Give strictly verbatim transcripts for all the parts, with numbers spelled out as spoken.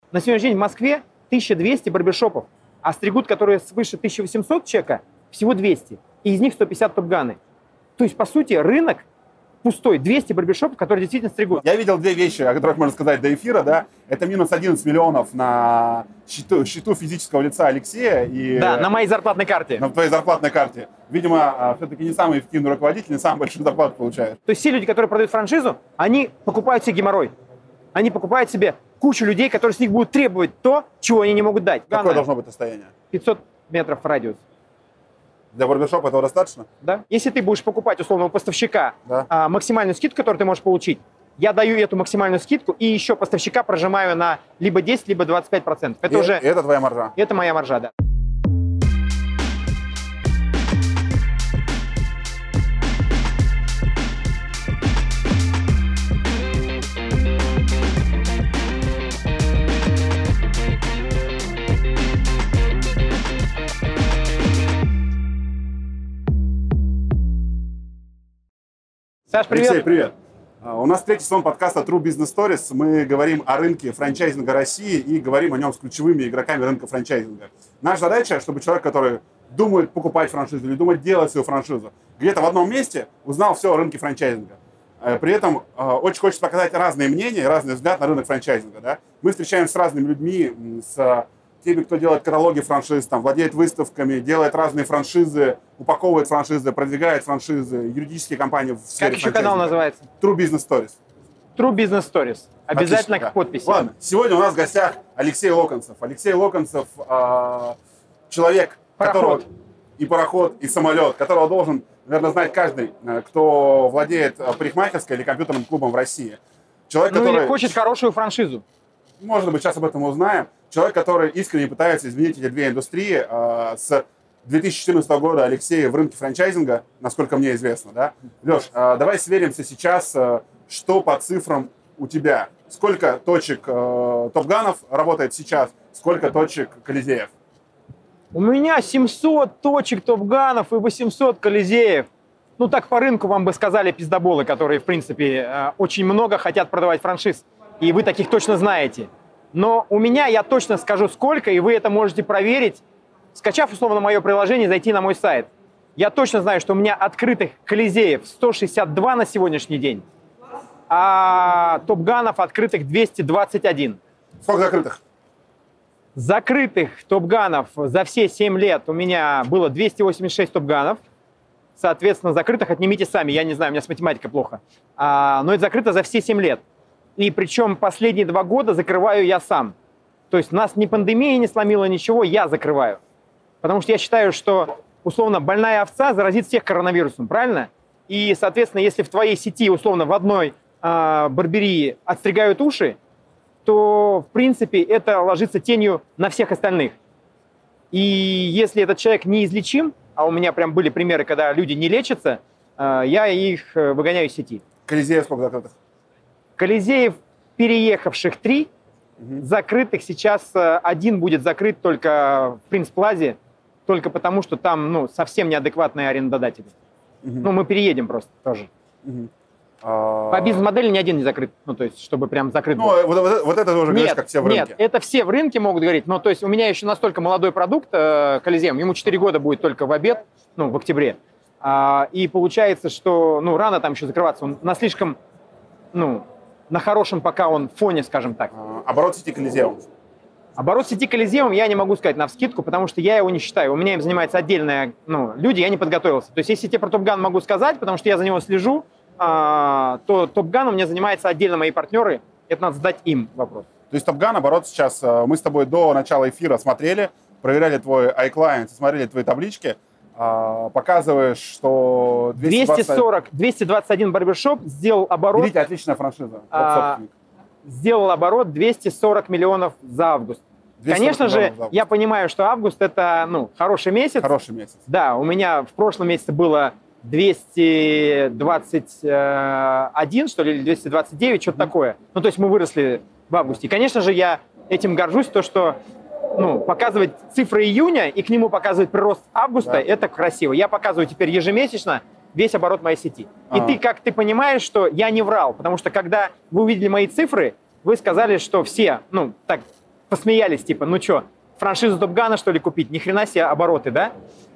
На сегодняшний день в Москве тысяча двести барбершопов, а стригут, которые свыше тысяча восемьсот чека, всего двести. И из них сто пятьдесят топ-ганы. То есть, по сути, рынок пустой, двести барбершопов, которые действительно стригут. Я видел две вещи, о которых можно сказать до эфира, да. Это минус одиннадцать миллионов на счету, счету физического лица Алексея. И, да, на моей зарплатной карте. На твоей зарплатной карте. Видимо, все-таки не самый эффективный руководитель, не самую большую зарплату получает. То есть все люди, которые продают франшизу, они покупают себе геморрой. Они покупают себе кучу людей, которые с них будут требовать то, чего они не могут дать. Какое Главное, должно быть расстояние? пятьсот метров радиус. Для барбершопа этого достаточно? Да. Если ты будешь покупать условного поставщика да. а, максимальную скидку, которую ты можешь получить, я даю эту максимальную скидку и еще поставщика прожимаю на либо десять, либо двадцать пять процентов. Это и, уже... Это твоя маржа? Это моя маржа, да. Саш, привет. Алексей, привет. У нас третий сезон подкаста True Business Stories. Мы говорим о рынке франчайзинга России и говорим о нем с ключевыми игроками рынка франчайзинга. Наша задача, чтобы человек, который думает покупать франшизу или думает делать свою франшизу, где-то в одном месте узнал все о рынке франчайзинга. При этом очень хочется показать разные мнения, разный взгляд на рынок франчайзинга. Да? Мы встречаемся с разными людьми, с теми, кто делает каталоги франшиз, там, владеет выставками, делает разные франшизы, упаковывает франшизы, продвигает франшизы, юридические компании в сфере Как еще канал называется? True Business Stories. True Business Stories. Обязательно Отлично, к подписи. Ладно, сегодня у нас в гостях Алексей Локонцев. Алексей Локонцев э, человек, пароход. Которого, и пароход, и самолет, которого должен, наверное, знать каждый, кто владеет парикмахерской или компьютерным клубом в России. Человек, ну который... или хочет хорошую франшизу. Может быть, сейчас об этом узнаем. Человек, который искренне пытается изменить эти две индустрии. С две тысячи четырнадцатого года Алексей в рынке франчайзинга, насколько мне известно. Да? Леш, давай сверимся сейчас, что по цифрам у тебя. Сколько точек топ-ганов работает сейчас, сколько точек колизеев? У меня семьсот точек топ-ганов и восемьсот колизеев. Ну так по рынку вам бы сказали пиздоболы, которые, в принципе, очень много хотят продавать франшиз. И вы таких точно знаете. Но у меня я точно скажу сколько, и вы это можете проверить, скачав условно мое приложение, зайти на мой сайт. Я точно знаю, что у меня открытых колизеев сто шестьдесят два на сегодняшний день, а топ-ганов открытых двести двадцать один. Сколько закрытых? Закрытых топ-ганов за все семь лет у меня было двести восемьдесят шесть топ-ганов. Соответственно, закрытых отнимите сами, я не знаю, у меня с математикой плохо. А, но это закрыто за все семь лет. И причем последние два года закрываю я сам. То есть нас ни пандемия не сломила, ничего, я закрываю. Потому что я считаю, что, условно, больная овца заразит всех коронавирусом, правильно? И, соответственно, если в твоей сети, условно, в одной э, барберии отстригают уши, то, в принципе, это ложится тенью на всех остальных. И если этот человек неизлечим, а у меня прям были примеры, когда люди не лечатся, э, я их выгоняю из сети. Колизеев сколько закрытых? Колизеев, переехавших три, угу. Закрытых сейчас один будет закрыт только в Принц-Плазе, только потому, что там ну, совсем неадекватные арендодатели. Угу. Ну, мы переедем просто тоже. Угу. А... По бизнес-модели ни один не закрыт, ну, то есть, чтобы прям закрыт ну, был. Вот, вот, вот это тоже говоришь, как все в рынке. Нет, это все в рынке могут говорить, но то есть у меня еще настолько молодой продукт, э, Колизеум, ему четыре года будет только в обед, ну, в октябре, а, и получается, что, ну, рано там еще закрываться, он на слишком, ну, на хорошем пока он фоне, скажем так. А, оборот сети Колизеум? Оборот сети Колизеум я не могу сказать навскидку, потому что я его не считаю. У меня им занимаются отдельные ну, люди, я не подготовился. То есть если тебе про Топ-Ган могу сказать, потому что я за него слежу, а, то Топ-Ган у меня занимаются отдельно мои партнеры. Это надо задать им вопрос. То есть Топ-Ган, оборот сейчас, мы с тобой до начала эфира смотрели, проверяли твой iClient, смотрели твои таблички. Показываешь, что двести сорок, двести двадцать один барбершоп сделал оборот... Видите, отличная франшиза. А, сделал оборот двести сорок миллионов за август. Конечно же, я понимаю, что август это ну, хороший месяц. Хороший месяц. Да, у меня в прошлом месяце было двести двадцать один, что ли, или двести двадцать девять, что-то mm-hmm. такое. Ну, то есть мы выросли в августе. И, конечно же, я этим горжусь, то, что ну, показывать цифры июня и к нему показывать прирост августа, да. Это красиво. Я показываю теперь ежемесячно весь оборот моей сети. И А-а. ты, как ты понимаешь, что я не врал, потому что когда вы увидели мои цифры, вы сказали, что все, ну, так, посмеялись, типа, ну что, франшизу Топгана, что ли, купить? Ни хрена себе обороты, да?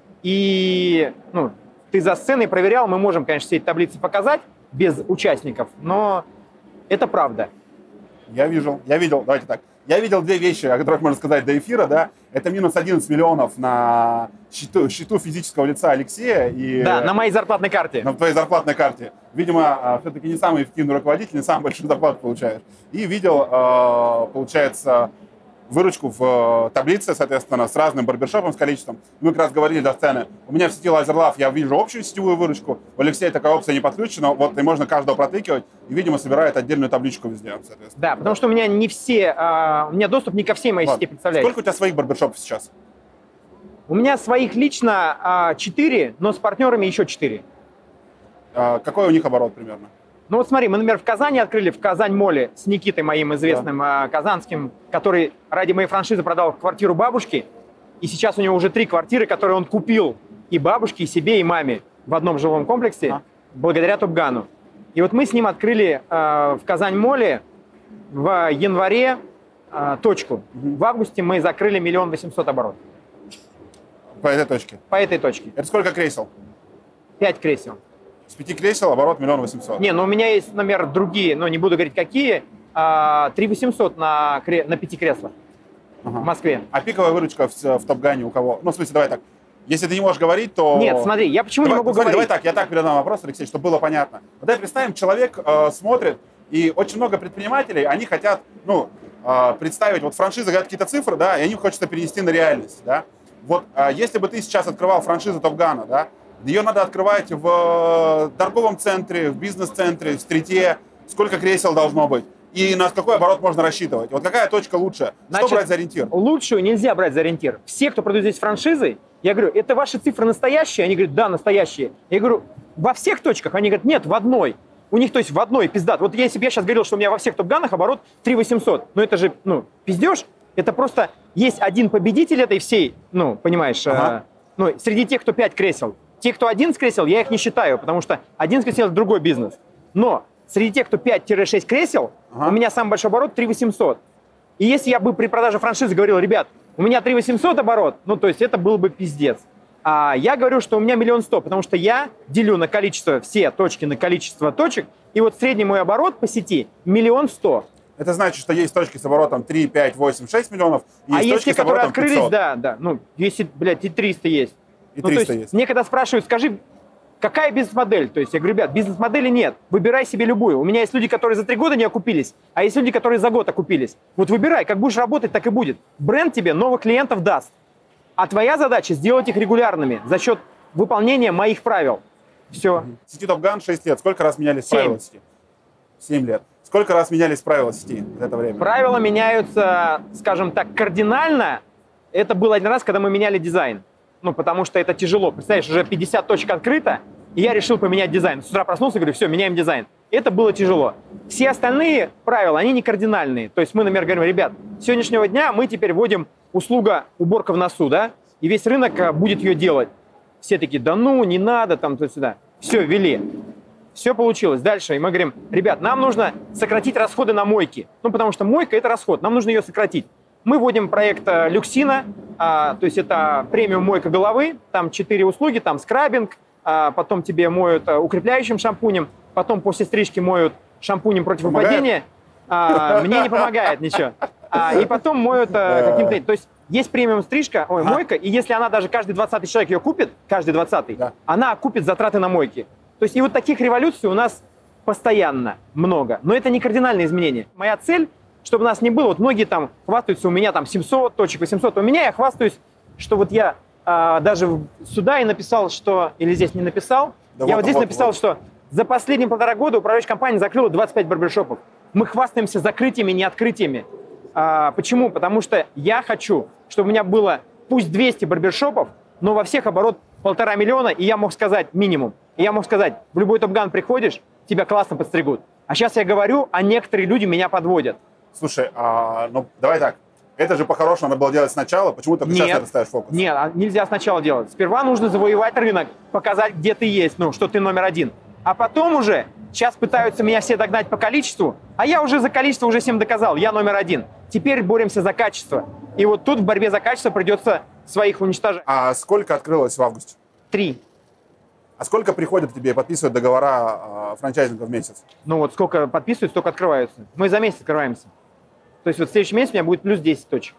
И, ну, ты за сценой проверял, мы можем, конечно, все эти таблицы показать без участников, но это правда. Я видел, я видел, давайте так. Я видел две вещи, о которых можно сказать до эфира, да. Это минус одиннадцать миллионов на счету, счету физического лица Алексея. И, да, на моей зарплатной карте. На твоей зарплатной карте. Видимо, все-таки не самый эффективный руководитель, не самую большую зарплату получаешь. И видел, получается, выручку в таблице, соответственно, с разным барбершопом, с количеством. Мы как раз говорили до сцены. У меня в сети LaserLove я вижу общую сетевую выручку. У Алексея такая опция не подключена. Вот и можно каждого протыкивать. И, видимо, собирает отдельную табличку везде, соответственно. Да, потому что у меня не все, а, у меня доступ не ко всей моей Ладно. сети, представляете. Сколько у тебя своих барбершопов сейчас? У меня своих лично четыре, но с партнерами еще четыре. А, какой у них оборот примерно? Ну вот смотри, мы, например, в Казани открыли, в Казань-моле с Никитой, моим известным да. казанским, который ради моей франшизы продал квартиру бабушки. И сейчас у него уже три квартиры, которые он купил и бабушке, и себе, и маме в одном жилом комплексе, а. благодаря Топгану. И вот мы с ним открыли э, в Казань-моле в январе э, точку. Угу. В августе мы закрыли миллион восемьсот оборот. По этой точке? По этой точке. Это сколько кресел? Пять кресел. С пяти кресел оборот миллион восемьсот. Не, ну у меня есть, например, другие, но не буду говорить какие, три восемьсот на, на пяти креслах ага. в Москве. А пиковая выручка в, в Топгане у кого? Ну, в смысле, давай так. Если ты не можешь говорить, то... Нет, смотри, я почему давай, не могу смотри, говорить? Давай так, я так передам вопрос, Алексей, чтобы было понятно. Вот давай представим, человек э, смотрит, и очень много предпринимателей, они хотят, ну, э, представить, вот франшиза говорят какие-то цифры, да, и они хочется перенести на реальность, да. Вот э, если бы ты сейчас открывал франшизу Топгана, да, ее надо открывать в торговом центре, в бизнес-центре, в стрите. Сколько кресел должно быть? И на какой оборот можно рассчитывать? Вот какая точка лучше? Значит, что брать за ориентир? Лучшую нельзя брать за ориентир. Все, кто продают здесь франшизы, я говорю, это ваши цифры настоящие? Они говорят, да, настоящие. Я говорю, во всех точках? Они говорят, нет, в одной. У них, то есть, в одной пиздат. Вот если бы я сейчас говорил, что у меня во всех Топганах оборот три восемьсот, ну это же, ну, пиздеж. Это просто есть один победитель этой всей, ну, понимаешь, ага. э, ну, среди тех, кто пять кресел. Те, кто одиннадцать кресел, я их не считаю, потому что одиннадцать кресел – это другой бизнес. Но среди тех, кто пять-шесть кресел, ага. у меня самый большой оборот три восемьсот. И если я бы при продаже франшизы говорил, ребят, у меня три восемьсот оборот, ну, то есть это был бы пиздец. А я говорю, что у меня миллион сто, потому что я делю на количество, все точки на количество точек, и вот средний мой оборот по сети миллион сто. Это значит, что есть точки с оборотом три, пять, восемь, шесть миллионов, и есть а точки есть те, с оборотом которые открылись, пятьсот. да, да, ну, если, блядь, и триста есть. И ну, триста то есть, есть. Мне когда спрашивают, скажи, какая бизнес-модель? То есть я говорю, ребят, бизнес-модели нет, выбирай себе любую. У меня есть люди, которые за три года не окупились, а есть люди, которые за год окупились. Вот выбирай, как будешь работать, так и будет. Бренд тебе новых клиентов даст. А твоя задача сделать их регулярными за счет выполнения моих правил. Все. В сети Топган шесть лет. Сколько раз менялись правила сети? семь лет. Сколько раз менялись правила сети за это время? Правила меняются, скажем так, кардинально. Это был один раз, когда мы меняли дизайн. Ну, потому что это тяжело. Представляешь, уже пятьдесят точек открыто, и я решил поменять дизайн. С утра проснулся и говорю, все, меняем дизайн. Это было тяжело. Все остальные правила, они не кардинальные. То есть мы, например, говорим, ребят, с сегодняшнего дня мы теперь вводим услуга уборка в носу, да, и весь рынок будет ее делать. Все такие, да ну, не надо, там, туда-сюда. Все, ввели. Все получилось. Дальше. И мы говорим, ребят, нам нужно сократить расходы на мойки. Ну, потому что мойка – это расход, нам нужно ее сократить. Мы вводим проект Люксина, а, то есть это премиум мойка головы, там четыре услуги, там скрабинг, а, потом тебе моют а, укрепляющим шампунем, потом после стрижки моют шампунем против выпадения. А, мне не помогает ничего. А, и потом моют а, каким-то... То есть есть премиум стрижка, ой, мойка, и если она даже каждый двадцатый человек ее купит, каждый двадцатый, да. она окупит затраты на мойки. То есть и вот таких революций у нас постоянно много. Но это не кардинальные изменения. Моя цель, чтобы нас не было, вот многие там хвастаются, у меня там семьсот точек, восемьсот, у меня я хвастаюсь, что вот я а, даже сюда и написал, что, или здесь не написал, да я вот, вот здесь вот, написал, вот. что за последние полтора года управляющая компания закрыла двадцать пять барбершопов. Мы хвастаемся закрытиями, не открытиями. А, почему? Потому что я хочу, чтобы у меня было пусть двести барбершопов, но во всех оборот полтора миллиона, и я мог сказать минимум. И я мог сказать, в любой Топган приходишь, тебя классно подстригут. А сейчас я говорю, а некоторые люди меня подводят. Слушай, а, ну давай так, это же по-хорошему надо было делать сначала, почему ты сейчас на это ставишь фокус? Нет, нельзя сначала делать. Сперва нужно завоевать рынок, показать, где ты есть, ну, что ты номер один. А потом уже, сейчас пытаются меня все догнать по количеству, а я уже за количество уже всем доказал, я номер один. Теперь боремся за качество. И вот тут в борьбе за качество придется своих уничтожать. А сколько открылось в августе? Три. А сколько приходят к тебе и подписывают договора э, франчайзинга в месяц? Ну вот сколько подписывают, столько открываются. Мы за месяц открываемся. То есть вот в следующем месяце у меня будет плюс десять точек.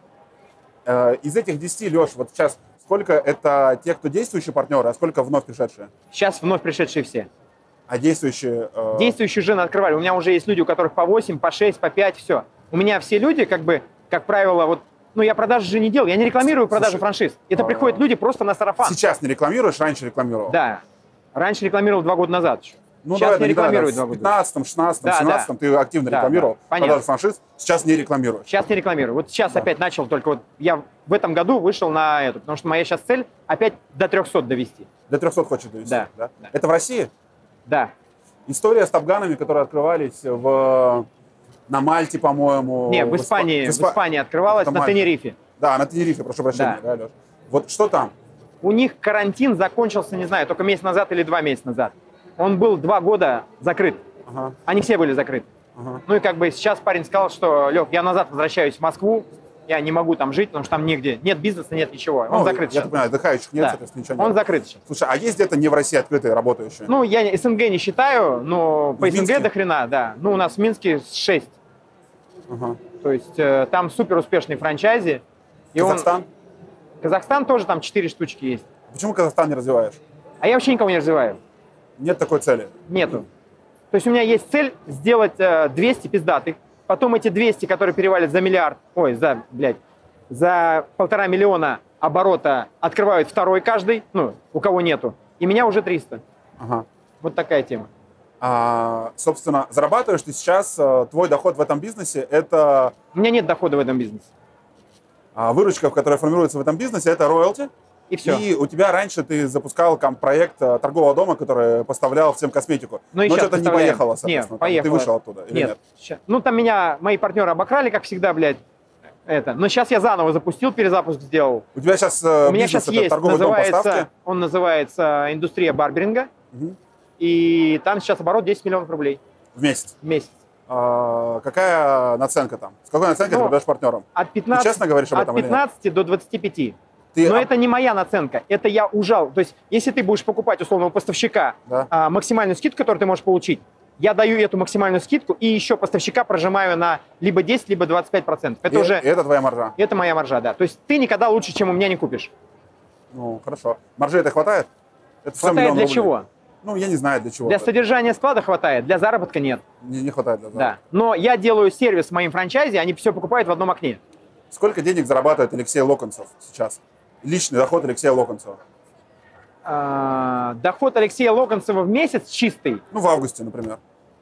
Э, из этих десяти, Леш, вот сейчас сколько это те, кто действующие партнеры, а сколько вновь пришедшие? Сейчас вновь пришедшие все. А действующие... Э... Действующие уже открывали. У меня уже есть люди, у которых по восемь, по шесть, по пять, все. У меня все люди, как бы, как правило, вот, ну я продажи же не делаю, я не рекламирую продажи Слушай, франшиз. Это а... приходят люди просто на сарафан. Сейчас не рекламируешь, раньше рекламировал? Да. Раньше рекламировал два года назад еще. Ну, сейчас давай, не рекламирую да, два в года. пятнадцатом, шестнадцатом, Да, семнадцатом да. ты активно Да, рекламировал да. продажу франшиз, сейчас не рекламируешь. Сейчас не рекламирую. Вот сейчас Да. опять начал, только вот я в этом году вышел на эту, потому что моя сейчас цель опять до трехсот довести. До трехсот хочешь довести? Да. Да? Да. Это в России? Да. История с топганами, которые открывались в... на Мальте, по-моему. Не, в Испании, в, Испа- Испании открывалась Это на Мальта. Тенерифе. Да, на Тенерифе, прошу прощения, да, Да. Леш? Вот что там? У них карантин закончился, не знаю, только месяц назад или два месяца назад. Он был два года закрыт. Ага, Они все были закрыты. ага. Ну и как бы сейчас парень сказал, что, Лёх, я назад возвращаюсь в Москву, я не могу там жить, потому что там нигде, нет бизнеса, нет ничего. Он Ну, закрыт я сейчас. понимаю, отдыхающих нет, Да. соответственно, ничего нет. Он закрыт сейчас. Слушай, а есть где-то не в России открытые, работающие? Ну, я СНГ не считаю, но по В Минске? СНГ до хрена, да. Ну, у нас в Минске шесть. Ага. То есть э, там супер успешный франчайзи. И он- Казахстан? Казахстан тоже там четыре штучки есть. Почему Казахстан не развиваешь? А я вообще никого не развиваю. Нет такой цели. Нету. То есть у меня есть цель сделать э, двести пиздатых. Потом эти двести, которые перевалят за миллиард, ой, за, блядь, за полтора миллиона оборота открывают второй каждый, ну, у кого нету. И меня уже триста. Ага. Вот такая тема. А, собственно, зарабатываешь ты сейчас, э, твой доход в этом бизнесе, это У меня нет дохода в этом бизнесе. а, выручка, которая формируется в этом бизнесе, это роялти. И все. И у тебя раньше ты запускал ком- проект э, торгового дома, который поставлял всем косметику. Ну и Но щас что-то не поставляем. поехало, Не, соответственно. там. поехало. Ты вышел оттуда или нет? Нет. ща- Ну, там меня мои партнеры обокрали, как всегда, блядь. Это. Но сейчас я заново запустил, перезапуск сделал. У тебя сейчас У э, меня бизнес, сейчас это есть, торговый дом поставки? называется, он называется «Индустрия барберинга». Мгм. И там сейчас оборот десять миллионов рублей В месяц. в месяц. А, какая наценка там? С какой наценкой Ну, ты продаешь партнерам? От пятнадцати, честно говоришь об от этом или нет? пятнадцати до двадцати пяти. Ты, Но а, это не моя наценка, это я ужал. То есть, если ты будешь покупать условного поставщика Да. а, максимальную скидку, которую ты можешь получить, я даю эту максимальную скидку и еще поставщика прожимаю на либо десять, либо двадцать пять процентов. Это и- уже, и это твоя маржа. это моя маржа, да. То есть ты никогда лучше, чем у меня, не купишь. Ну, хорошо. Маржи это хватает? Это всё Хватает миллион для рублей. чего? Ну, я не знаю, для чего. Для содержания склада хватает, для заработка нет. Не, не хватает для Да. заработка. Но я делаю сервис моим франчайзи, они все покупают в одном окне. Сколько денег зарабатывает Алексей Локонцев сейчас? Личный доход Алексея Локонцева. А, доход Алексея Локонцева в месяц чистый. Ну, в августе, например.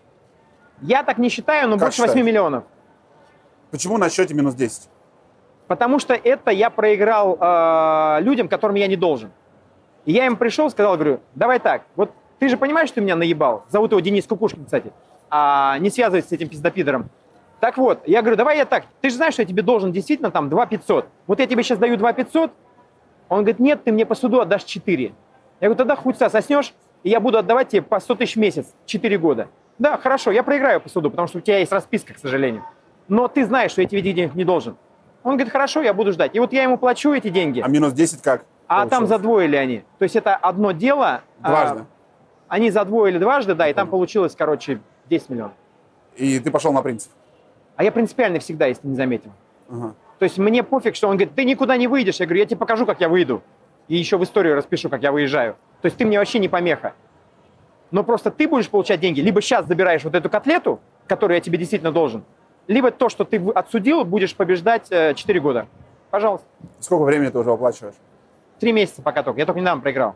Я так не считаю, но Как больше восьми считаешь? миллионов. Почему на счете минус десять? Потому что это я проиграл э, людям, которым я не должен. И я им пришел, сказал, говорю, давай так, вот ты же понимаешь, что ты меня наебал? Зовут его Денис Кукушкин, кстати. А, не связывайся с этим пиздопидором. Так вот, я говорю, давай я так, ты же знаешь, что я тебе должен действительно там два пятьсот. Вот я тебе сейчас даю два пятьсот. Он говорит, нет, ты мне по суду отдашь четыре. Я говорю, тогда хуй соснешь, и я буду отдавать тебе по сто тысяч в месяц, четыре года. Да, хорошо, я проиграю по суду, потому что у тебя есть расписка, к сожалению. Но ты знаешь, что я тебе денег не должен. Он говорит, хорошо, я буду ждать. И вот я ему плачу эти деньги, А минус десять как? а там получилось? задвоили они. То есть это одно дело. а, Дважды. они задвоили дважды, да, и там Понял. получилось, короче, десять миллионов. И ты пошел на принцип. А я принципиальный всегда, если не заметил. Ага. То есть мне пофиг, что он говорит, ты никуда не выйдешь. Я говорю, я тебе покажу, как я выйду. И еще в историю распишу, как я выезжаю. То есть ты мне вообще не помеха. Но просто ты будешь получать деньги. Либо сейчас забираешь вот эту котлету, которую я тебе действительно должен, либо то, что ты отсудил, будешь побеждать э, четыре года. Пожалуйста. Сколько времени ты уже оплачиваешь? Три месяца пока только. Я только недавно проиграл.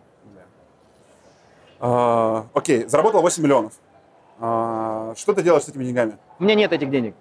А, окей, заработал восемь миллионов. А, что ты делаешь с этими деньгами? У меня нет этих денег.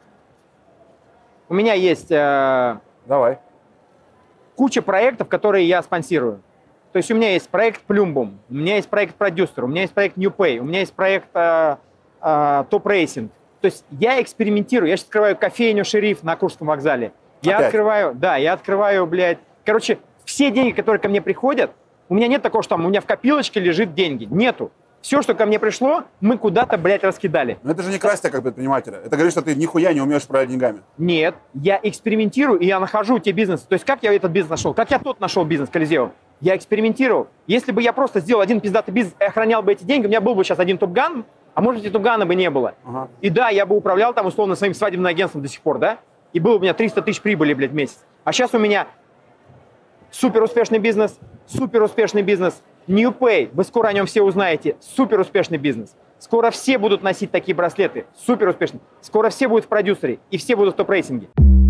У меня есть э, Давай. куча проектов, которые я спонсирую. То есть у меня есть проект Plumbum, у меня есть проект Продюсер, у меня есть проект NewPay, у меня есть проект э, э, Top Racing. То есть я экспериментирую. Я сейчас открываю кофейню «Шериф» на Курском вокзале. Я Опять? открываю, да, я открываю, блядь. Короче, все деньги, которые ко мне приходят, у меня нет такого, что там у меня в копилочке лежит деньги. Нету. Все, что ко мне пришло, мы куда-то, блядь, раскидали. Но это же не красть тебя как предпринимателя. Это говорит, что ты нихуя не умеешь управлять деньгами. Нет, я экспериментирую, и я нахожу те бизнесы. То есть как я этот бизнес нашел? Как я тот нашел бизнес, Колизео? Я экспериментировал. Если бы я просто сделал один пиздатый бизнес и охранял бы эти деньги, у меня был бы сейчас один топ-ган, а может и топ-гана бы не было. Ага. И да, я бы управлял там условно своим свадебным агентством до сих пор, да? И было бы у меня триста тысяч прибыли, блядь, в месяц. А сейчас у меня супер успешный бизнес, супер успешный бизнес. NewPay, вы скоро о нем все узнаете, супер успешный бизнес. Скоро все будут носить такие браслеты, супер успешный. Скоро все будут в продюсере, и все будут в топ-рейтинге.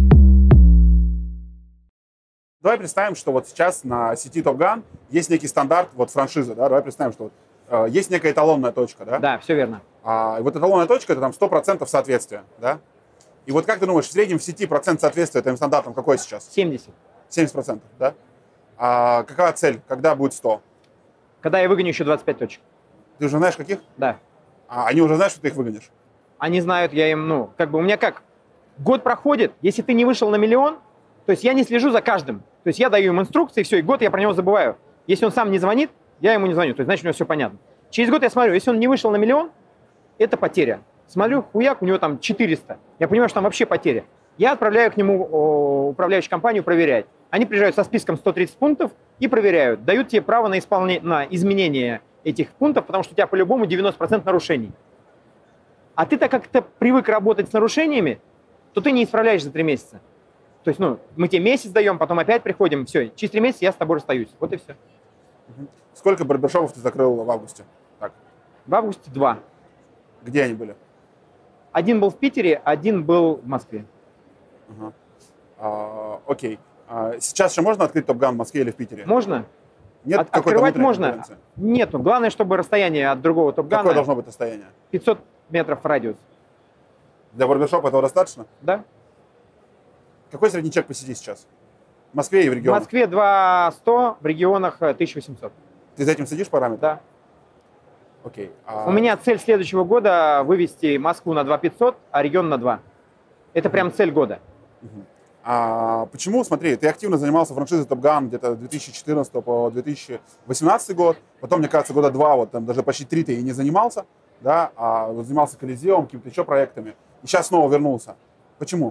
Давай представим, что вот сейчас на сети Top-Gun есть некий стандарт, вот франшиза, да, давай представим, что вот, э, есть некая эталонная точка, да? Да, все верно. А, и вот эталонная точка – это там сто процентов соответствия, да? И вот как ты думаешь, в среднем в сети процент соответствия этим стандартам какой сейчас? семьдесят. семьдесят процентов, да? А какая цель, когда будет сто? Когда я выгоню еще двадцать пять точек. Ты уже знаешь, каких? Да. А они уже знают, что ты их выгонишь? Они знают, я им, ну, как бы у меня как, год проходит, если ты не вышел на миллион, то есть я не слежу за каждым. То есть я даю им инструкции, все, и год я про него забываю. Если он сам не звонит, я ему не звоню, то есть значит у него все понятно. Через год я смотрю, если он не вышел на миллион, это потеря. Смотрю, хуяк, у него там четыреста. Я понимаю, что там вообще потеря. Я отправляю к нему о, управляющую компанию проверять. Они приезжают со списком сто тридцать пунктов и проверяют. Дают тебе право на, исполнение, на изменение этих пунктов, потому что у тебя по-любому девяносто процентов нарушений. А ты так как ты привык работать с нарушениями, то ты не исправляешь за три месяца. То есть, ну, мы тебе месяц даем, потом опять приходим, все, через три месяца я с тобой расстаюсь. Вот и все. Сколько барбершопов ты закрыл в августе? Так. В августе два. Где они были? Один был в Питере, один был в Москве. Ага. А, окей. А сейчас еще можно открыть Top-Gun в Москве или в Питере? Можно. Нет От, открывать можно. Нету. Главное, чтобы расстояние от другого Top-Gun. Какое должно быть расстояние? пятьсот метров радиус. Для барбершопа этого достаточно? Да. Какой средний чек по сети сейчас? В Москве и в регионах? В Москве два сто, в регионах тысяча восемьсот. Ты за этим следишь параметр? Да. Окей. А... У меня цель следующего года вывести Москву на два пятьсот, а регион на два. Это прям цель года. Угу. А почему, смотри, ты активно занимался франшизой Top-Gun где-то с две тысячи четырнадцатого по две тысячи восемнадцатый год, потом, мне кажется, года два, вот там даже почти три ты и не занимался, да, а вот занимался Колизеум, какими-то еще проектами, и сейчас снова вернулся. Почему?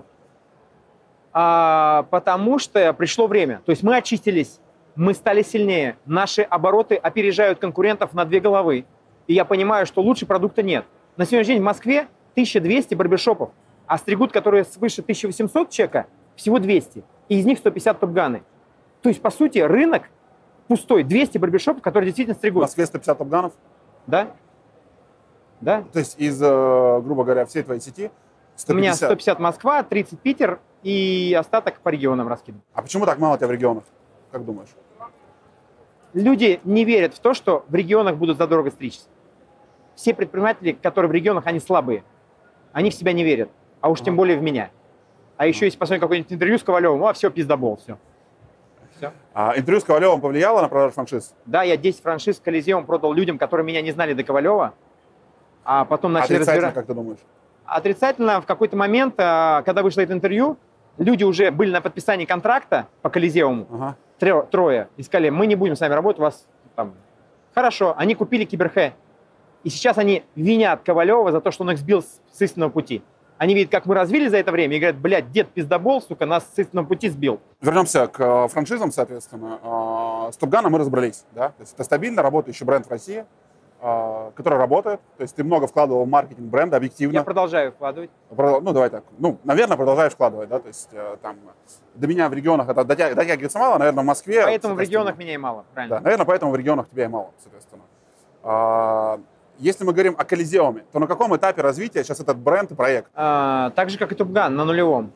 А, потому что пришло время. То есть мы очистились, мы стали сильнее, наши обороты опережают конкурентов на две головы, и я понимаю, что лучше продукта нет. На сегодняшний день в Москве тысяча двести барбершопов, а стригут, которые свыше тысяча восемьсот чека, всего двести, и из них сто пятьдесят топ-ганы. То есть, по сути, рынок пустой, двести барбершопов, которые действительно стригут. В Москве сто пятьдесят топ-ганов? Да. Да. То есть из, грубо говоря, всей твоей сети сто пятьдесят? У меня сто пятьдесят Москва, тридцать Питер и остаток по регионам раскидан. А почему так мало тебя в регионах? Как думаешь? Люди не верят в то, что в регионах будут задорого стричься. Все предприниматели, которые в регионах, они слабые. Они в себя не верят, а уж ага. тем более в меня. А еще если посмотреть какое-нибудь интервью с Ковалевым, а все, пиздобол, все. все. А интервью с Ковалевым повлияло на продажу франшиз? Да, я десять франшиз с Колизеум продал людям, которые меня не знали до Ковалева, а потом начали Отрицательно, разбирать. как ты думаешь? Отрицательно в какой-то момент, когда вышло это интервью, люди уже были на подписании контракта по Колизеуму, ага. трое, и сказали, мы не будем с вами работать, у вас там... Хорошо, они купили Киберхэ, и сейчас они винят Ковалева за то, что он их сбил с истинного пути. Они видят, как мы развили за это время, и говорят, блядь, дед пиздобол, сука, нас с истинного пути сбил. Вернемся к франшизам, соответственно. С Top-Gun мы разобрались, да? То есть это стабильно работающий бренд в России, который работает. То есть ты много вкладывал в маркетинг бренда, объективно. Я продолжаю вкладывать. Ну, давай так. Ну, наверное, продолжаешь вкладывать, да? То есть там до меня в регионах это дотя... дотягивается мало, наверное, в Москве. Поэтому в регионах меня и мало, правильно. Да, наверное, поэтому в регионах тебя и мало, соответственно. Если мы говорим о Колизеуме, то на каком этапе развития сейчас этот бренд и проект? А, так же, как и Top-Gun, на нулевом.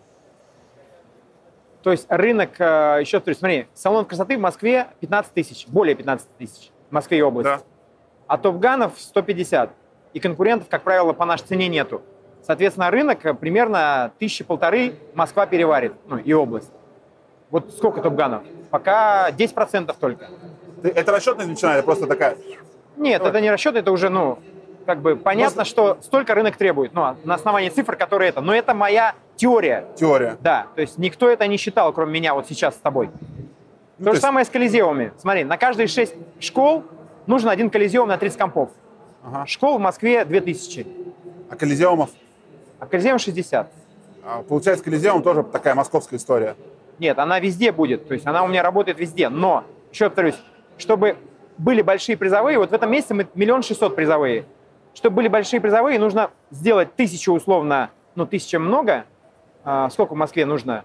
То есть рынок, еще, то есть, смотри, салон красоты в Москве пятнадцать тысяч, более пятнадцать тысяч в Москве и области. Да. А топ-ганов сто пятьдесят. И конкурентов, как правило, по нашей цене нету. Соответственно, рынок примерно тысячи-полторы Москва переварит, ну и область. Вот сколько топ-ганов? Пока десять процентов только. Это расчетная величина, это просто такая... Нет, Давай. это не расчет, это уже, ну, как бы понятно, просто... что столько рынок требует, ну, на основании цифр, которые это. Но это моя теория. Теория. Да, то есть никто это не считал, кроме меня вот сейчас с тобой. Ну, то, то же есть... самое с колизеумами. Смотри, на каждые шесть школ нужен один колизеум на тридцать компов. Ага. Школ в Москве две тысячи. А Колизеумов? А Колизеум шестьдесят. А, получается, Колизеум тоже такая московская история. Нет, она везде будет. То есть она у меня работает везде. Но, еще повторюсь, чтобы были большие призовые, вот в этом месяце мы миллион шестьсот призовые. Чтобы были большие призовые, нужно сделать тысячу условно, ну, тысяча много. А, сколько в Москве нужно?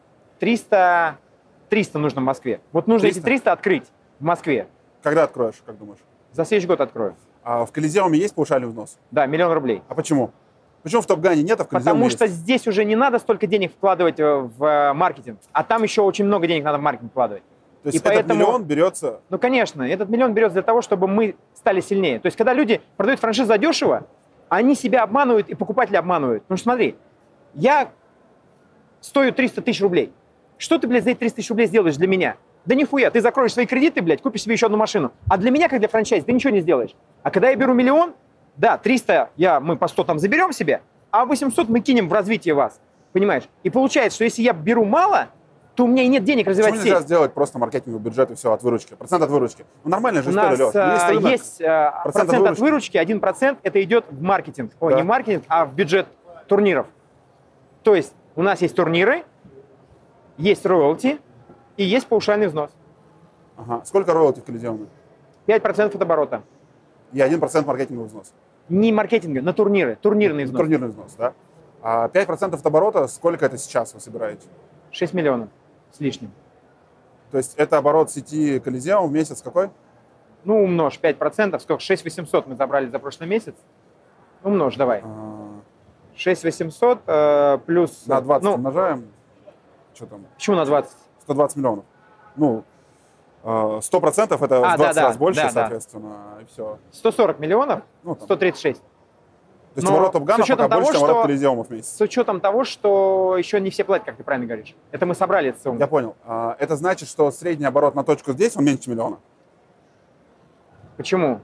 триста, триста нужно в Москве. Вот нужно триста? эти триста открыть в Москве. Когда откроешь, как думаешь? За следующий год открою. А в Колизеуме есть паушальный взнос? Да, миллион рублей. А почему? Почему в Топ-Гане нет, а в Колизеуме Потому есть? что здесь уже не надо столько денег вкладывать в маркетинг, а там еще очень много денег надо в маркетинг вкладывать. То есть И этот поэтому- миллион берется... Ну, конечно, этот миллион берется для того, чтобы мы стали сильнее. То есть, когда люди продают франшизу задешево, они себя обманывают и покупателя обманывают. Потому что смотри, я стою триста тысяч рублей. Что ты, блядь, за эти триста тысяч рублей сделаешь для меня? Да нихуя, ты закроешь свои кредиты, блядь, купишь себе еще одну машину. А для меня, как для франчайзи, ты ничего не сделаешь. А когда я беру миллион, да, триста я, мы по сто там заберем себе, а восемьсот мы кинем в развитие вас. Понимаешь? И получается, что если я беру мало, то у меня и нет денег развивать Почему нельзя сеть. сделать просто маркетинговый бюджет и все от выручки? Процент от выручки. Ну, нормальная же У история, нас Леш. а, рынок. есть а, Процент процент, от от выручки. выручки, один процент это идет в маркетинг. Ой, Да. не в маркетинг, а в бюджет турниров. То есть у нас есть турниры, есть роялти и есть паушальный взнос. Ага. Сколько роялти в Колизеуме? пять процентов от оборота. И один процент маркетинговый взнос. Не маркетинга, на турниры, турнирный взнос. Турнирный взнос, да? А пять процентов от оборота, сколько это сейчас вы собираете? шесть миллионов с лишним. То есть это оборот сети Колизеум в месяц какой? Ну, умножь пять процентов, сколько? шесть восемьсот мы забрали за прошлый месяц. Умножь, давай. А, шесть восемьсот э, плюс... На двадцать ну, умножаем. Что там? почему на двадцать? сто двадцать миллионов. Ну, э, сто процентов это А, в двадцать да, да, раз больше, да, да. соответственно, и все. сто сорок миллионов, Ну, там. сто тридцать шесть. То есть Но оборот Топ-Гана с учетом пока больше, того, чем оборот что- Колизеума в месяц. С учетом того, что еще не все платят, как ты правильно говоришь. Это мы собрали эту сумму. Я понял. А, это значит, что средний оборот на точку здесь, он меньше миллиона. Почему?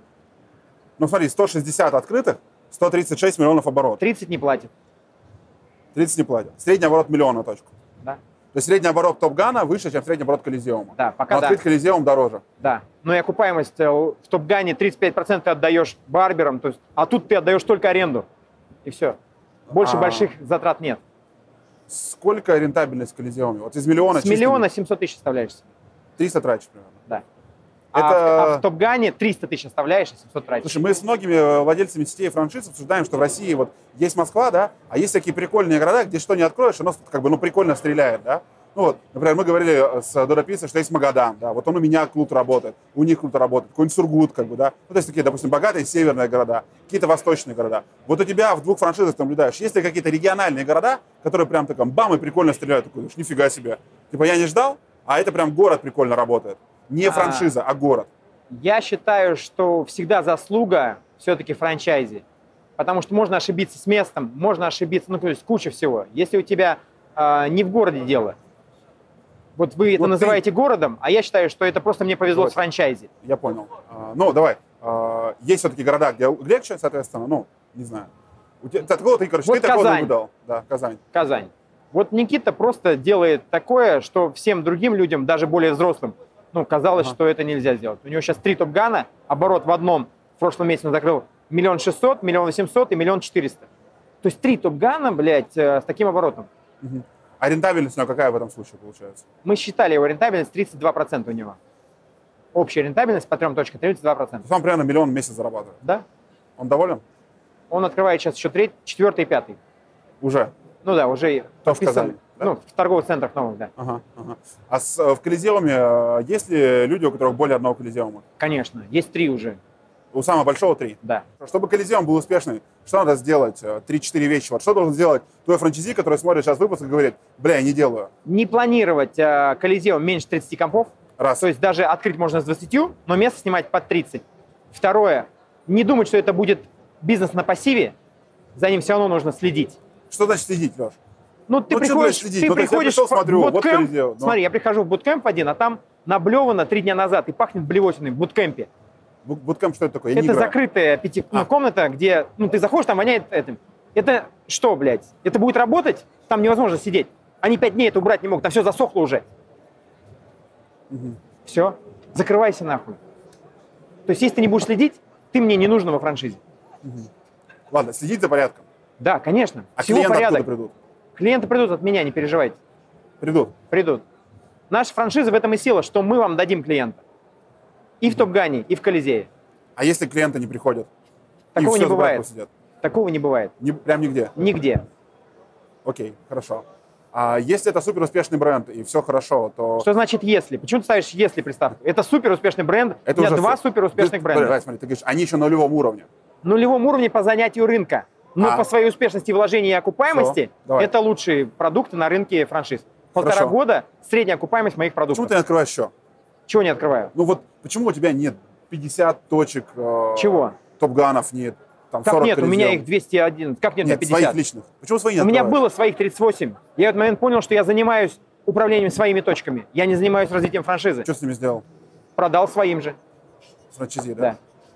Ну смотри, сто шестьдесят открытых, сто тридцать шесть миллионов оборот. тридцать не платят. тридцать не платят. Средний оборот миллиона на точку. Да, То есть средний оборот Топ-Гана выше, чем средний оборот Колизеума. да, Но пока да. открыть Колизеум дороже. Да. Но и окупаемость э, в Топ-Гане тридцать пять процентов ты отдаешь барберам, то есть, а тут ты отдаешь только аренду. И все. Больше А. больших затрат нет. Сколько рентабельность в Колизеуме? Вот из миллиона С миллиона семьсот тысяч оставляешь себе. триста тратишь примерно. Да. Это- А, в, а в Топ-Гане триста тысяч оставляешь, и семьсот тратишь. Слушай, мы с многими владельцами сетей и франшиз обсуждаем, что в России вот есть Москва, да, а есть такие прикольные города, где что не откроешь, оно как бы, ну, прикольно стреляет, да. Ну вот, например, мы говорили с Дорописой, что есть Магадан, да, вот он у меня круто работает, у них круто работает, какой-нибудь Сургут, как бы, да. Ну, то есть такие, допустим, богатые северные города, какие-то восточные города. Вот у тебя в двух франшизах ты наблюдаешь, есть ли какие-то региональные города, которые прям так, бам, и прикольно стреляют, такой, думаешь, нифига себе. Типа я не ждал, а это прям город прикольно работает. Не А. франшиза, а город. Я считаю, что всегда заслуга все-таки франчайзи. Потому что можно ошибиться с местом, можно ошибиться, ну, то есть куча всего. Если у тебя э, не в городе дело, вот вы это Вот ты- называете городом, а я считаю, что это просто мне повезло Вот. с франчайзи. Я понял. А, ну, давай. А, есть все-таки города, где легче, соответственно, ну, не знаю. У тебя, ты откуда ты, короче, Вот ты такого Казань. наблюдал? Да, Казань. Казань. Вот Никита просто делает такое, что всем другим людям, даже более взрослым, ну, казалось, Ага. что это нельзя сделать. У него сейчас три Топ-Гана, оборот в одном в прошлом месяце он закрыл миллион шестьсот, миллион восемьсот и миллион четыреста. То есть три Топ-Гана, блядь, э, с таким оборотом. Мгм. А рентабельность у него какая в этом случае получается? Мы считали его рентабельность тридцать два процента у него. Общая рентабельность по трем точкам тридцать два То процента. есть он примерно миллион в месяц зарабатывает. Да? Он доволен? Он открывает сейчас еще третий, четвертый и пятый. Уже. Ну да, уже Тоже в подписан, Казани, да? ну, в торговых центрах новых, да. Ага, ага. А с- в Колизеуме э, есть ли люди, у которых более одного Колизеума? Конечно, есть три уже, У самого большого три. да. Чтобы Колизеум был успешный, что надо сделать? Э, три-четыре вещи. Вот что должен сделать твой франчайзи, который смотрит сейчас выпуск и говорит, бля, я не делаю. Не планировать э, Колизеум меньше тридцати компов. Раз. То есть даже открыть можно с двадцатью, но место снимать под тридцать. Второе, не думать, что это будет бизнес на пассиве, за ним все равно нужно следить. Что значит следить, Леш? Ну, ты Ну, что приходишь, значит следить? ты Ну, то есть я приходишь пришел, в смотрю, вот буткемп, Колизеум, ну. смотри, я прихожу в буткемп один, а там наблевано три дня назад и пахнет блевотиной в буткемпе. Бу- Буткемп что это такое? Я не Это играю. закрытая пяти... ну, А. комната, где, ну, ты заходишь, там воняет этим. Это что, блядь? Это будет работать? Там невозможно сидеть. Они пять дней это убрать не могут, там все засохло уже. Мгм. Все, закрывайся нахуй. То есть, если ты не будешь следить, ты мне не нужен во франшизе. Угу. Ладно, следить за порядком. Да, конечно. А Всего клиенты порядок. откуда придут? Клиенты придут от меня, не переживайте. Придут? Придут. Наша франшиза в этом и сила, что мы вам дадим клиента. И в Топ-Гане, и в Колизее. А если клиенты не приходят? Такого и не все бывает. Такого не бывает. Не, прям нигде? Нигде. Окей, хорошо. А если это супер успешный бренд и все хорошо, то... Что значит «если»? Почему ты ставишь «если» приставку? Это супер успешный бренд. Это У меня уже два всё. супер успешных ты, бренда. Давай, смотри, ты говоришь, они еще на нулевом уровне. На нулевом уровне по занятию рынка. Но А. по своей успешности вложения и окупаемости Всё, это лучшие продукты на рынке франшиз. Полтора Хорошо. года средняя окупаемость моих продуктов. Почему ты не открываешь еще? Чего не открываю? Ну вот почему у тебя нет пятьдесят точек, э, Чего? Топ-Ганов нет, там Как сорок нет? У меня Колизеум? их двести один. Как нет? у меня Нет, пятьдесят? своих личных. Почему свои не У меня открываешь? было своих тридцать восемь. Я в этот момент понял, что я занимаюсь управлением своими точками. Я не занимаюсь развитием франшизы. Что с ними сделал? Продал своим же. Франчайзи, да? Да.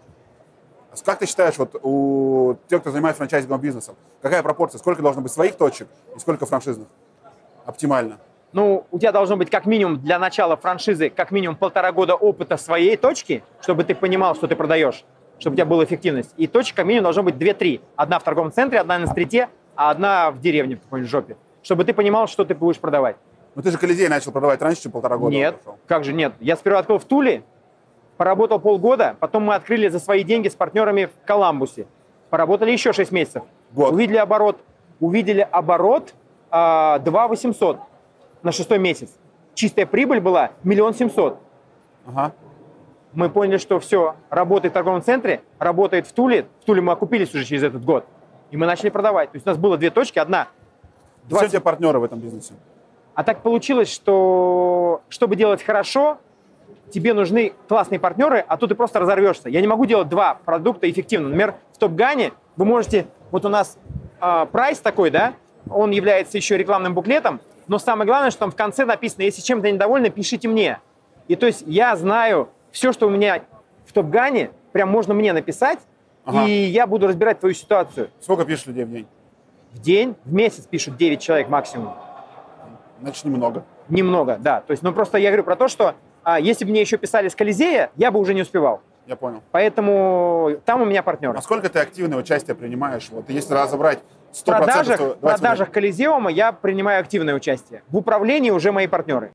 А Как ты считаешь, вот у тех, кто занимается франчайзинговым бизнесом, какая пропорция? Сколько должно быть своих точек и сколько франшизных? Оптимально. Ну, у тебя должно быть как минимум для начала франшизы как минимум полтора года опыта своей точки, чтобы ты понимал, что ты продаешь, чтобы у тебя была эффективность. И точек как минимум должно быть две-три. Одна в торговом центре, одна на стрите, а одна в деревне, в какой-нибудь жопе. Чтобы ты понимал, что ты будешь продавать. Ну ты же Колизей начал продавать раньше, чем полтора года. Нет, прошел. как же нет. Я сперва открыл в Туле, поработал полгода, потом мы открыли за свои деньги с партнерами в Коламбусе. Поработали еще шесть месяцев. Год. Увидели оборот, увидели оборот а, два восемьсот на шестой месяц. Чистая прибыль была миллион семьсот. Ага. Мы поняли, что все, работает в торговом центре, работает в Туле. В Туле мы окупились уже через этот год. И мы начали продавать. То есть у нас было две точки, одна. Все у двадцать. тебя партнеры в этом бизнесе? А так получилось, что чтобы делать хорошо, тебе нужны классные партнеры, а то ты просто разорвешься. Я не могу делать два продукта эффективно. Например, в Топ-Гане вы можете... Вот у нас э, прайс такой, да, он является еще рекламным буклетом, но самое главное, что там в конце написано, если чем-то недовольны, пишите мне. И то есть я знаю все, что у меня в Топ-Гане, прям можно мне написать, Ага. и я буду разбирать твою ситуацию. Сколько пишешь людей в день? В день, в месяц пишут девять человек максимум. Значит, немного. Немного, да. То есть, ну просто я говорю про то, что а, если бы мне еще писали с Колизея, я бы уже не успевал. Я понял. Поэтому там у меня партнеры. Насколько ты активное участие принимаешь? Вот если разобрать В сто процентов... продажах, то- в давай продажах Колизеума я принимаю активное участие. В управлении уже мои партнеры.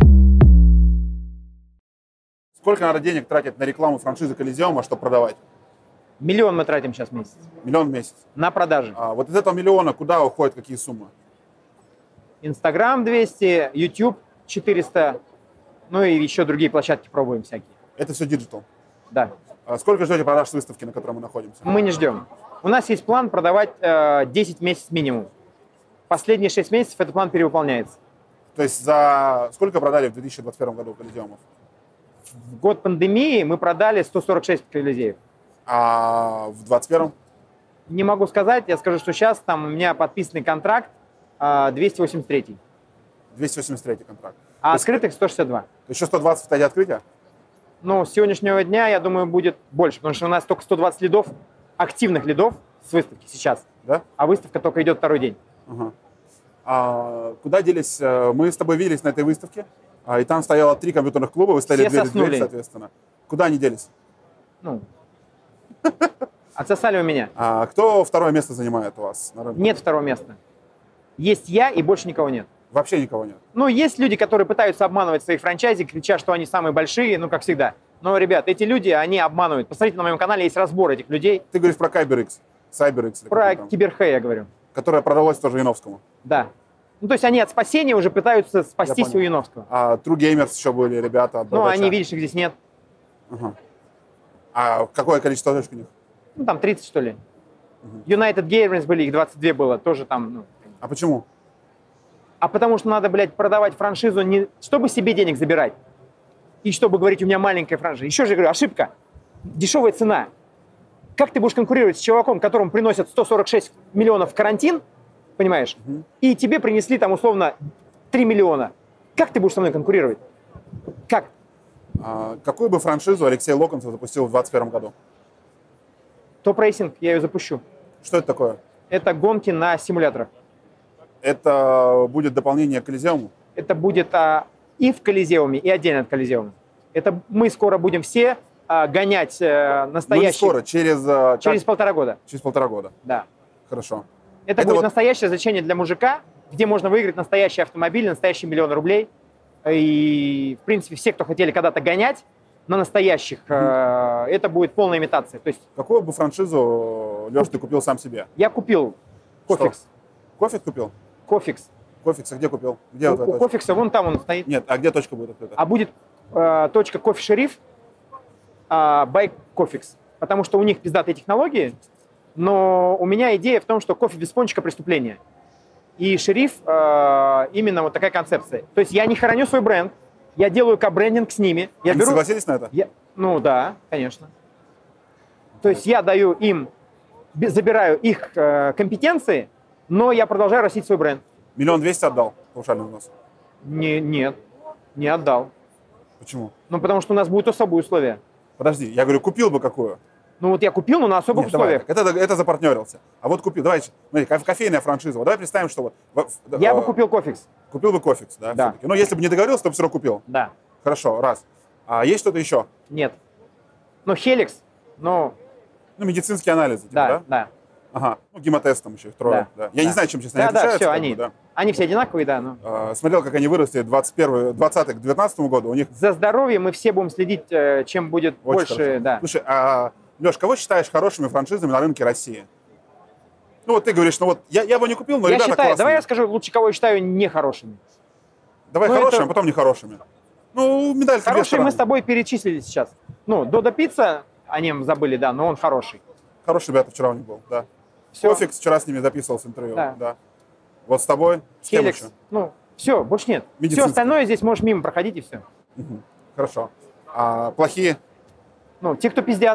смотри. Сколько надо денег тратить на рекламу франшизы Колизеума, чтобы продавать? Миллион мы тратим сейчас в месяц Миллион в месяц. на продажи. А вот из этого миллиона куда уходят какие суммы? Инстаграм двести, YouTube четыреста, ну и еще другие площадки пробуем всякие. Это все диджитал. Да, А сколько ждете продаж с выставки, на которой мы находимся? мы не ждем. У нас есть план продавать э, десять месяцев минимум. Последние шесть месяцев этот план перевыполняется. То есть за сколько продали в две тысячи двадцать первом году Колизеумов? В год пандемии мы продали сто сорок шесть Колизеев. А в двадцать первом? Не могу сказать, я скажу, что сейчас там у меня подписанный контракт а, двести восемьдесят три, двести восемьдесят третий контракт. а То есть- открытых сто шестьдесят два. То есть еще сто двадцать в стадии открытия? Ну, с сегодняшнего дня, я думаю, будет больше, потому что у нас только сто двадцать лидов, активных лидов с выставки сейчас, Да? а выставка только идет второй день. Ага. А куда делись? э, Мы с тобой виделись на этой выставке, а, и там стояло три компьютерных клуба, вы стояли Все дверь в дверь, соснули. соответственно. Куда они делись? Ну, отсосали у меня. А кто второе место занимает у вас на рынке? Нет второго места. Есть я и больше никого нет. Вообще никого нет. Ну, есть люди, которые пытаются обманывать своих франчайзи, крича, что они самые большие, ну, как всегда. Но, ребят, эти люди, они обманывают. Посмотрите, на моем канале есть разбор этих людей. Ты говоришь про CyberX, CyberX, или Про как там, Киберхэ я говорю. которая продалась тоже Яновскому. Да. Ну, то есть они от спасения уже пытаются спастись понял. у Яновского. А True Gamers еще были ребята от Ну, Богача. они, видишь, их здесь нет. Ага. А какое количество точек у них? Ну, там тридцать, что ли. United Games были, их двадцать два было, тоже там, ну. А почему? А потому что надо, блядь, продавать франшизу не чтобы себе денег забирать, и чтобы говорить, у меня маленькая франшиза. Еще же говорю, ошибка. Дешевая цена. Как ты будешь конкурировать с чуваком, которому приносят сто сорок шесть миллионов в карантин, понимаешь, Мгм. и тебе принесли там условно три миллиона? Как ты будешь со мной конкурировать? Как? А какую бы франшизу Алексей Локонцев запустил в двадцать первом году? Топ-рейсинг, я ее запущу. Что это такое? Это гонки на симуляторах. Это будет дополнение к Колизеуму? Это будет а, и в Колизеуме, и отдельно от Колизеума. Это мы скоро будем все а, гонять э, Ну, не настоящих... скоро, через... э, Через как? полтора года, Через полтора года. да. Хорошо. Это, Это будет вот- настоящее развлечение для мужика, где можно выиграть настоящий автомобиль, настоящий миллион рублей. И, в принципе, все, кто хотели когда-то гонять на настоящих, э, это будет полная имитация. То есть Какую бы франшизу, Леш, ты купил сам себе? я купил Кофикс. Кофе купил? Кофикс. Кофикс, а где купил? Где У, вот эта у точка? Кофикса вон там он стоит. Нет, а где точка будет открыта? А будет э, точка кофе шериф, а, by Кофикс. Потому что у них пиздатые технологии, но у меня идея в том, что кофе без пончика преступление. И шериф э, именно вот такая концепция. То есть я не хороню свой бренд, я делаю кабрендинг с ними. Я Они беру, согласились на это? я- ну да, конечно. То есть я даю им, бе- забираю их э, компетенции, но я продолжаю растить свой бренд. Миллион двести отдал паушальный взнос. Не, нет, не отдал. Почему? Ну потому что у нас будут особые условия. Подожди, я говорю, купил бы какую? Ну вот я купил, но на особых Нет, давай, условиях. это, это запартнерился. А вот купил, давай, смотри, кофе- кофейная франшиза. Вот давай представим, что вот... в- Я э, бы купил Кофикс. Купил бы Кофикс, да? Да. все-таки. Но если бы не договорился, то бы все равно купил. Да. Хорошо, раз. А есть что-то еще? Нет. Ну Хеликс, ну Ну, медицинские анализы, типа, да, да? да. Ага. Ну, гемотест там еще их трое. Да, Да. Я не да. знаю, чем, честно, Да, они да, отличаются. все, как они, бы, да. они все одинаковые, да. Ну. А, смотрел, как они выросли двадцать первый, двадцатый к девятнадцатому году. У них За здоровье мы все будем следить, э, чем будет очень больше, хорошо. да. Слушай, а, Леш, кого считаешь хорошими франшизами на рынке России? Ну, вот ты говоришь, ну вот я, я бы не купил, но Я ребята считаю, классные. давай я скажу лучше, кого я считаю нехорошими. Давай ну, хорошими, это- а потом нехорошими. Ну, медаль две Хорошие стороны. мы с тобой перечислили сейчас. Ну, Додо Пицца, о нем забыли, да, но он хороший. Хорошие ребята вчера у них был, да. Все. Кофикс вчера с ними записывался интервью. Да. Да. Вот с тобой, с кем Хеликс. еще? Ну, все, больше нет. Все Медицинский. остальное здесь можешь мимо проходить и все. Мгм. Хорошо. А плохие? Ну, те, кто пиздят.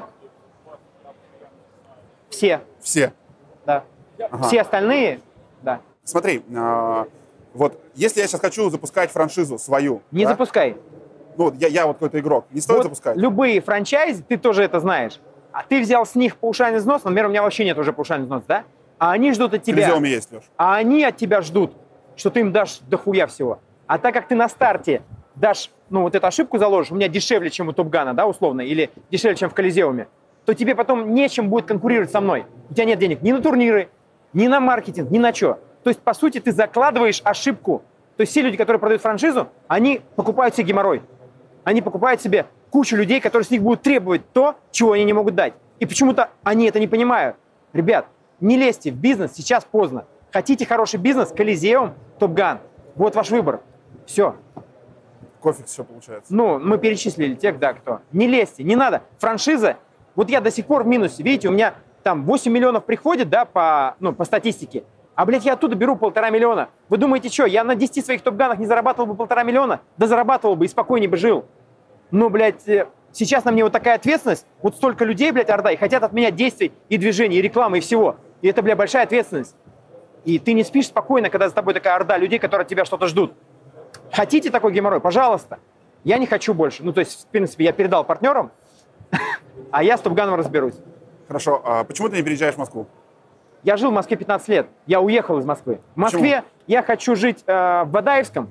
Все, Все. да. Ага. Все остальные, да. Смотри, а, вот если я сейчас хочу запускать франшизу свою, Не да, запускай. ну, вот я, я вот какой-то игрок, не стоит Вот запускать? любые франчайзи, ты тоже это знаешь. А ты взял с них паушальный взнос, например, у меня вообще нет уже паушальный взнос, да? А они ждут от тебя. Колизеум есть, Леш. А они от тебя ждут, что ты им дашь дохуя всего. А так как ты на старте дашь, ну, вот эту ошибку заложишь, у меня дешевле, чем у Топгана, да, условно, или дешевле, чем в Колизеуме, то тебе потом нечем будет конкурировать со мной. У тебя нет денег ни на турниры, ни на маркетинг, ни на что. То есть, по сути, ты закладываешь ошибку. То есть все люди, которые продают франшизу, они покупают себе геморрой. Они покупают себе кучу людей, которые с них будут требовать то, чего они не могут дать. И почему-то они это не понимают. Ребят, не лезьте в бизнес, сейчас поздно. Хотите хороший бизнес? Колизеум, Топган. Вот ваш выбор. Все. Кофикс еще получается. Ну, мы перечислили тех, да, кто. Не лезьте, не надо. Франшиза, вот я до сих пор в минусе. Видите, у меня там восемь миллионов приходит, да, по, ну, по статистике. А, блядь, я оттуда беру полтора миллиона. Вы думаете, что, я на десяти своих Топганах не зарабатывал бы полтора миллиона? Да зарабатывал бы и спокойнее бы жил. Но, блядь, э, сейчас на мне вот такая ответственность. Вот столько людей, блядь, орда, и хотят от меня действий и движений, и рекламы, и всего. И это, блядь, большая ответственность. И ты не спишь спокойно, когда за тобой такая орда людей, которые от тебя что-то ждут. Хотите такой геморрой? Пожалуйста. Я не хочу больше. Ну, то есть, в принципе, я передал партнерам, а я с Топганом разберусь. Хорошо, а почему ты не переезжаешь в Москву? Я жил в Москве пятнадцать лет. Я уехал из Москвы. В Москве я хочу жить э, в Бадаевском.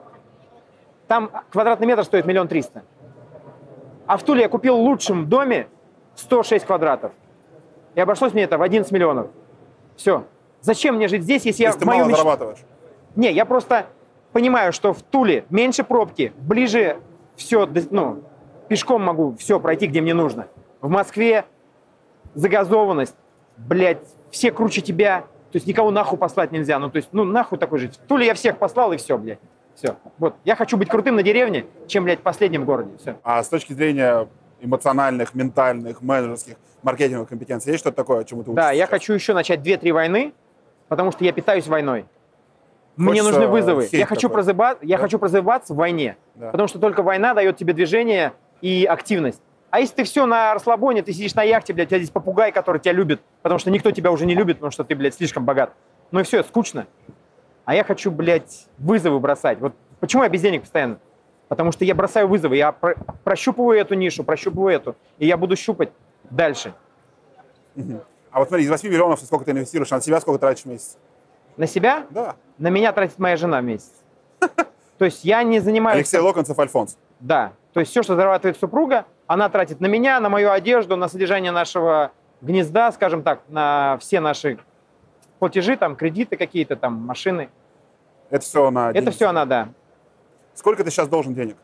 Там квадратный метр стоит миллион триста. А в Туле я купил в лучшем доме сто шесть квадратов. И обошлось мне это в одиннадцать миллионов. Все. Зачем мне жить здесь, если То я есть ты в мою мало меч- зарабатываешь? Не, я просто понимаю, что в Туле меньше пробки, ближе все, ну, пешком могу все пройти, где мне нужно. В Москве загазованность, блядь, все круче тебя, то есть никого нахуй послать нельзя, ну, то есть, ну, нахуй такой жить. В Туле я всех послал, и все, блядь, все. Вот, я хочу быть крутым на деревне, чем, блядь, в последнем городе, все. А с точки зрения эмоциональных, ментальных, менеджерских, маркетинговых компетенций, есть что-то такое, чему ты учишься? Да, я сейчас? хочу еще начать две-три войны, потому что я питаюсь войной. Мне Хочется нужны вызовы. хейт Я хочу, такой. прозыба- я Да. хочу прозываться в войне. Да. Потому что только война дает тебе движение и активность. А если ты все на расслабоне, ты сидишь на яхте, блядь, у тебя здесь попугай, который тебя любит, потому что никто тебя уже не любит, потому что ты, блядь, слишком богат. Ну и все, скучно. А я хочу, блядь, вызовы бросать. Вот почему я без денег постоянно? Потому что я бросаю вызовы, я про- прощупываю эту нишу, прощупываю эту, и я буду щупать дальше. Мгм. А вот смотри, из восьми миллионов сколько ты инвестируешь, а на себя сколько тратишь в месяц? На себя? Да. На меня тратит моя жена в месяц. То есть я не занимаюсь... Алексей Локонцев, Альфонс. Да. То есть все, что зарабатывает супруга, Она тратит на меня, на мою одежду, на содержание нашего гнезда, скажем так, на все наши платежи, там, кредиты какие-то, там, машины. Это все она? Это все она, да. Сколько ты сейчас должен денег?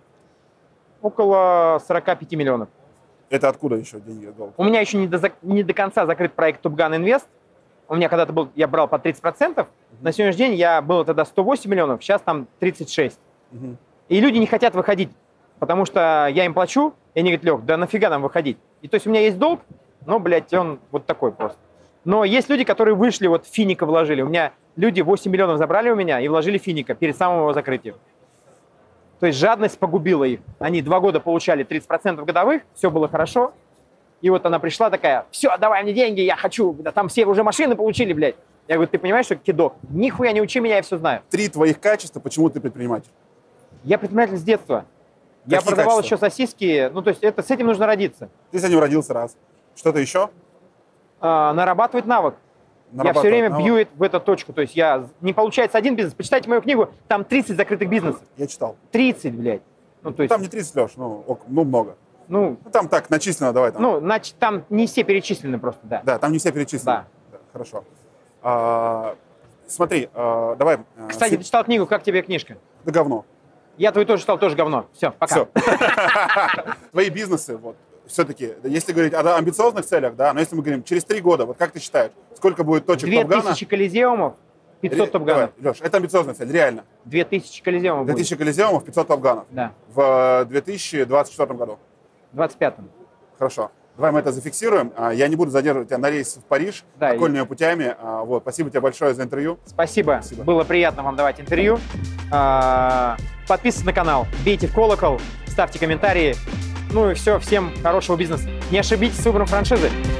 Около сорока пяти миллионов. Это откуда еще деньги долг? У меня еще не до, не до конца закрыт проект Top Gun Invest. У меня когда-то был, я брал по тридцать процентов. Uh-huh. На сегодняшний день я был тогда сто восемь миллионов, сейчас там тридцать шесть. Uh-huh. И люди не хотят выходить, потому что я им плачу, и они говорят: Лех, да нафига нам выходить? И то есть у меня есть долг, но, блядь, он вот такой просто. Но есть люди, которые вышли, вот Финика вложили. У меня люди восемь миллионов забрали у меня и вложили Финика перед самым его закрытием. То есть жадность погубила их. Они два года получали тридцать процентов годовых, все было хорошо. И вот она пришла такая: все, давай мне деньги, я хочу. Да там все уже машины получили, блядь. Я говорю: ты понимаешь, что кидок? Нихуя не учи меня, я все знаю. Три твоих качества, почему ты предприниматель? Я предприниматель с детства. Какие я продавал качества? еще сосиски. Ну, то есть это, с этим нужно родиться. Ты с этим родился раз. Что-то еще? А, нарабатывать навык. Я все время навык. бью в эту точку. То есть я... Не получается один бизнес. Почитайте мою книгу, там тридцать закрытых бизнесов. Я читал. тридцать, блядь. Ну, то есть... Там не тридцать, Леш, ну, ок, ну много. Ну, ну, там так, начислено, давай там. Ну, значит, там не все перечислены просто, да. Да, там не все перечислены. Да. Да, хорошо. А, смотри, а, давай... Кстати, с... ты читал книгу «Как тебе книжка»? Да говно. Я твой тоже читал, тоже говно. Все, пока. Все. Твои бизнесы, вот, все-таки, если говорить о амбициозных целях, да, но если мы говорим через три года, вот как ты считаешь, сколько будет точек Топ Гана? две тысячи колизеумов, пятьсот Топ Ганов. Леш, это амбициозная цель, реально. две тысячи колизеумов две тысячи колизеумов, пятьсот Топ Ганов. Да. В две тысячи двадцать четвёртом году. двадцать пятом. Хорошо. Давай мы это зафиксируем. Я не буду задерживать тебя на рейс в Париж, да, окольными и... путями. Вот. Спасибо тебе большое за интервью. Спасибо. Спасибо. Было приятно вам давать интервью. Подписывайтесь на канал, бейте в колокол, ставьте комментарии. Ну и все. Всем хорошего бизнеса. Не ошибитесь с выбором франшизы.